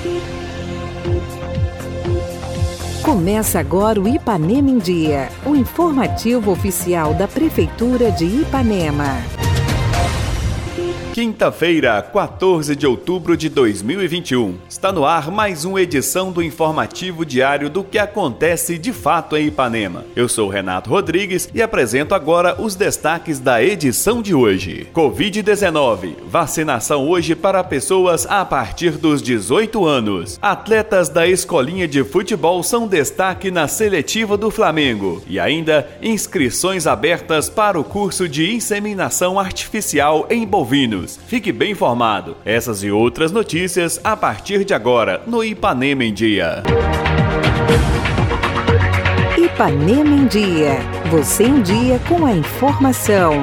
Começa agora o Ipanema em Dia, o informativo oficial da Prefeitura de Ipanema. Quinta-feira, 14 de outubro de 2021. Está no ar mais uma edição do informativo diário do que acontece de fato em Ipanema. Eu sou Renato Rodrigues e apresento agora os destaques da edição de hoje. Covid-19. Vacinação hoje para pessoas a partir dos 18 anos. Atletas da escolinha de futebol são destaque na seletiva do Flamengo. E ainda, inscrições abertas para o curso de inseminação artificial em bovinos. Fique bem informado. Essas e outras notícias a partir de agora no Ipanema em Dia. Ipanema em Dia. Você em dia com a informação.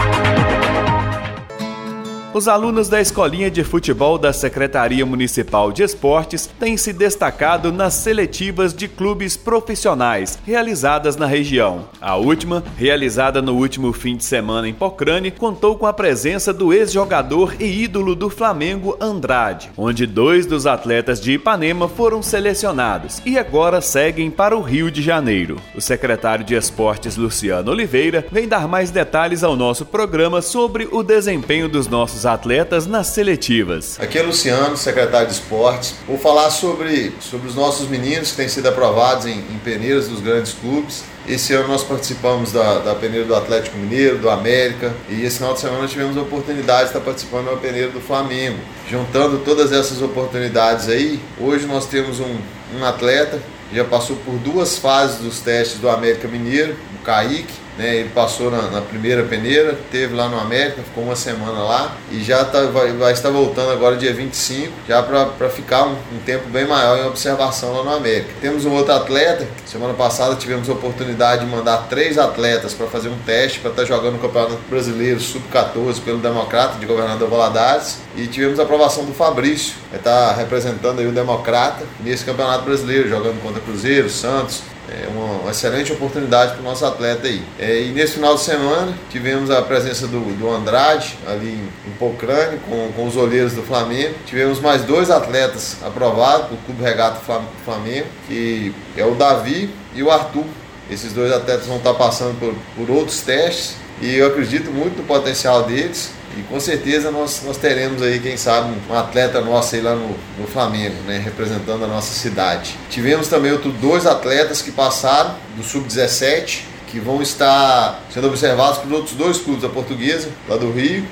Os alunos da escolinha de futebol da Secretaria Municipal de Esportes têm se destacado nas seletivas de clubes profissionais realizadas na região. A última, realizada no último fim de semana em Pocrane, contou com a presença do ex-jogador e ídolo do Flamengo, Andrade, onde 2 dos atletas de Ipanema foram selecionados e agora seguem para o Rio de Janeiro. O secretário de Esportes, Luciano Oliveira, vem dar mais detalhes ao nosso programa sobre o desempenho dos nossos atletas nas seletivas. Aqui é Luciano, secretário de Esportes. Vou falar sobre os nossos meninos que têm sido aprovados em peneiras dos grandes clubes. Esse ano nós participamos da peneira do Atlético Mineiro, do América, e esse final de semana tivemos a oportunidade de estar participando da peneira do Flamengo. Juntando todas essas oportunidades aí, hoje nós temos um atleta que já passou por 2 fases dos testes do América Mineiro, o Kaique. Ele passou na primeira peneira, teve lá no América, ficou uma semana lá e já vai estar voltando agora dia 25, já para ficar um tempo bem maior em observação lá no América. Temos um outro atleta, semana passada tivemos a oportunidade de mandar 3 atletas para fazer um teste para estar jogando no Campeonato Brasileiro Sub-14 pelo Democrata de Governador Valadares e tivemos a aprovação do Fabrício, vai estar representando aí o Democrata nesse Campeonato Brasileiro, jogando contra Cruzeiro, Santos. É uma excelente oportunidade para o nosso atleta aí. E nesse final de semana tivemos a presença do Andrade ali em Pocrane com os olheiros do Flamengo. Tivemos mais 2 atletas aprovados pelo Clube Regata Flamengo, que é o Davi e o Arthur. Esses 2 atletas vão estar passando por outros testes e eu acredito muito no potencial deles. E com certeza nós teremos aí, quem sabe, um atleta nosso aí lá no Flamengo, representando a nossa cidade. Tivemos também outros 2 atletas que passaram do Sub-17, que vão estar sendo observados por outros 2 clubes, a Portuguesa, lá do Rio,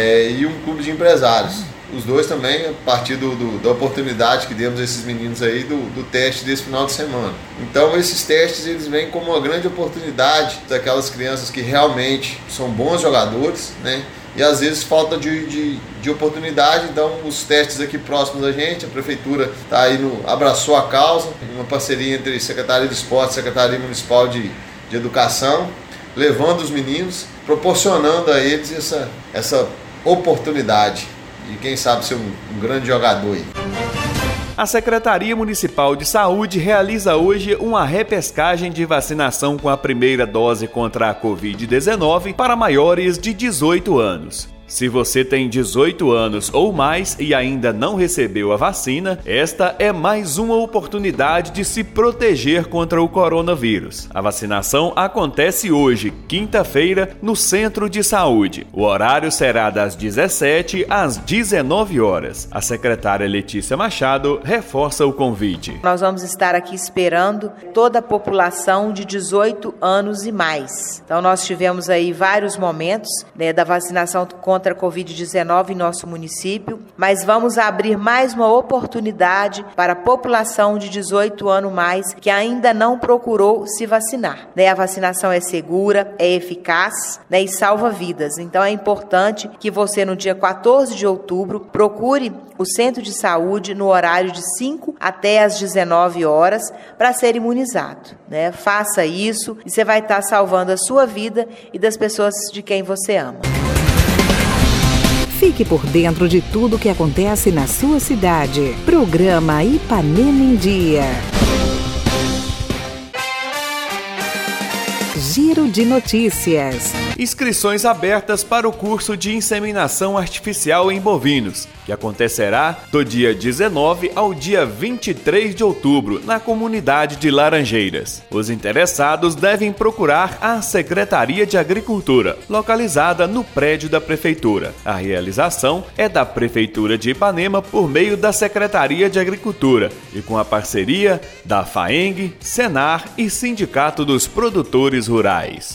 e um clube de empresários. Os 2 também, a partir da oportunidade que demos a esses meninos aí do teste desse final de semana. Então esses testes eles vêm como uma grande oportunidade daquelas crianças que realmente são bons jogadores, e às vezes falta de oportunidade. Então os testes aqui próximos da gente, a Prefeitura tá aí abraçou a causa, uma parceria entre Secretaria de Esporte e Secretaria Municipal de Educação, levando os meninos, proporcionando a eles essa oportunidade de quem sabe ser um grande jogador aí. A Secretaria Municipal de Saúde realiza hoje uma repescagem de vacinação com a primeira dose contra a Covid-19 para maiores de 18 anos. Se você tem 18 anos ou mais e ainda não recebeu a vacina, esta é mais uma oportunidade de se proteger contra o coronavírus. A vacinação acontece hoje, quinta-feira, no Centro de Saúde. O horário será das 17 às 19 horas. A secretária Letícia Machado reforça o convite. Nós vamos estar aqui esperando toda a população de 18 anos e mais. Então nós tivemos aí vários momentos da vacinação contra a Covid-19 em nosso município, mas vamos abrir mais uma oportunidade para a população de 18 anos mais que ainda não procurou se vacinar. A vacinação é segura, é eficaz, e salva vidas. Então é importante que você no dia 14 de outubro procure o Centro de Saúde no horário de 5 até as 19 horas para ser imunizado. Faça isso e você vai estar salvando a sua vida e das pessoas de quem você ama. Fique por dentro de tudo o que acontece na sua cidade. Programa Ipanema em Dia. Giro de notícias. Inscrições abertas para o curso de inseminação artificial em bovinos. que acontecerá do dia 19 ao dia 23 de outubro, na comunidade de Laranjeiras. Os interessados devem procurar a Secretaria de Agricultura, localizada no prédio da Prefeitura. A realização é da Prefeitura de Ipanema por meio da Secretaria de Agricultura e com a parceria da FAENG, Senar e Sindicato dos Produtores Rurais.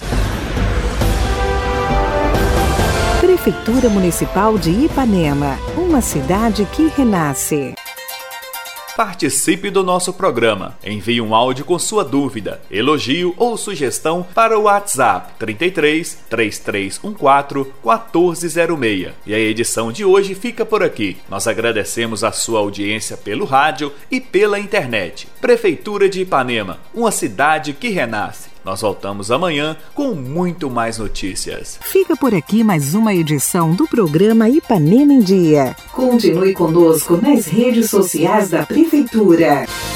Prefeitura Municipal de Ipanema, uma cidade que renasce. Participe do nosso programa. Envie um áudio com sua dúvida, elogio ou sugestão para o WhatsApp 33 3314 1406. E a edição de hoje fica por aqui. Nós agradecemos a sua audiência pelo rádio e pela internet. Prefeitura de Ipanema, uma cidade que renasce. Nós voltamos amanhã com muito mais notícias. Fica por aqui mais uma edição do programa Ipanema em Dia. Continue conosco nas redes sociais da Prefeitura.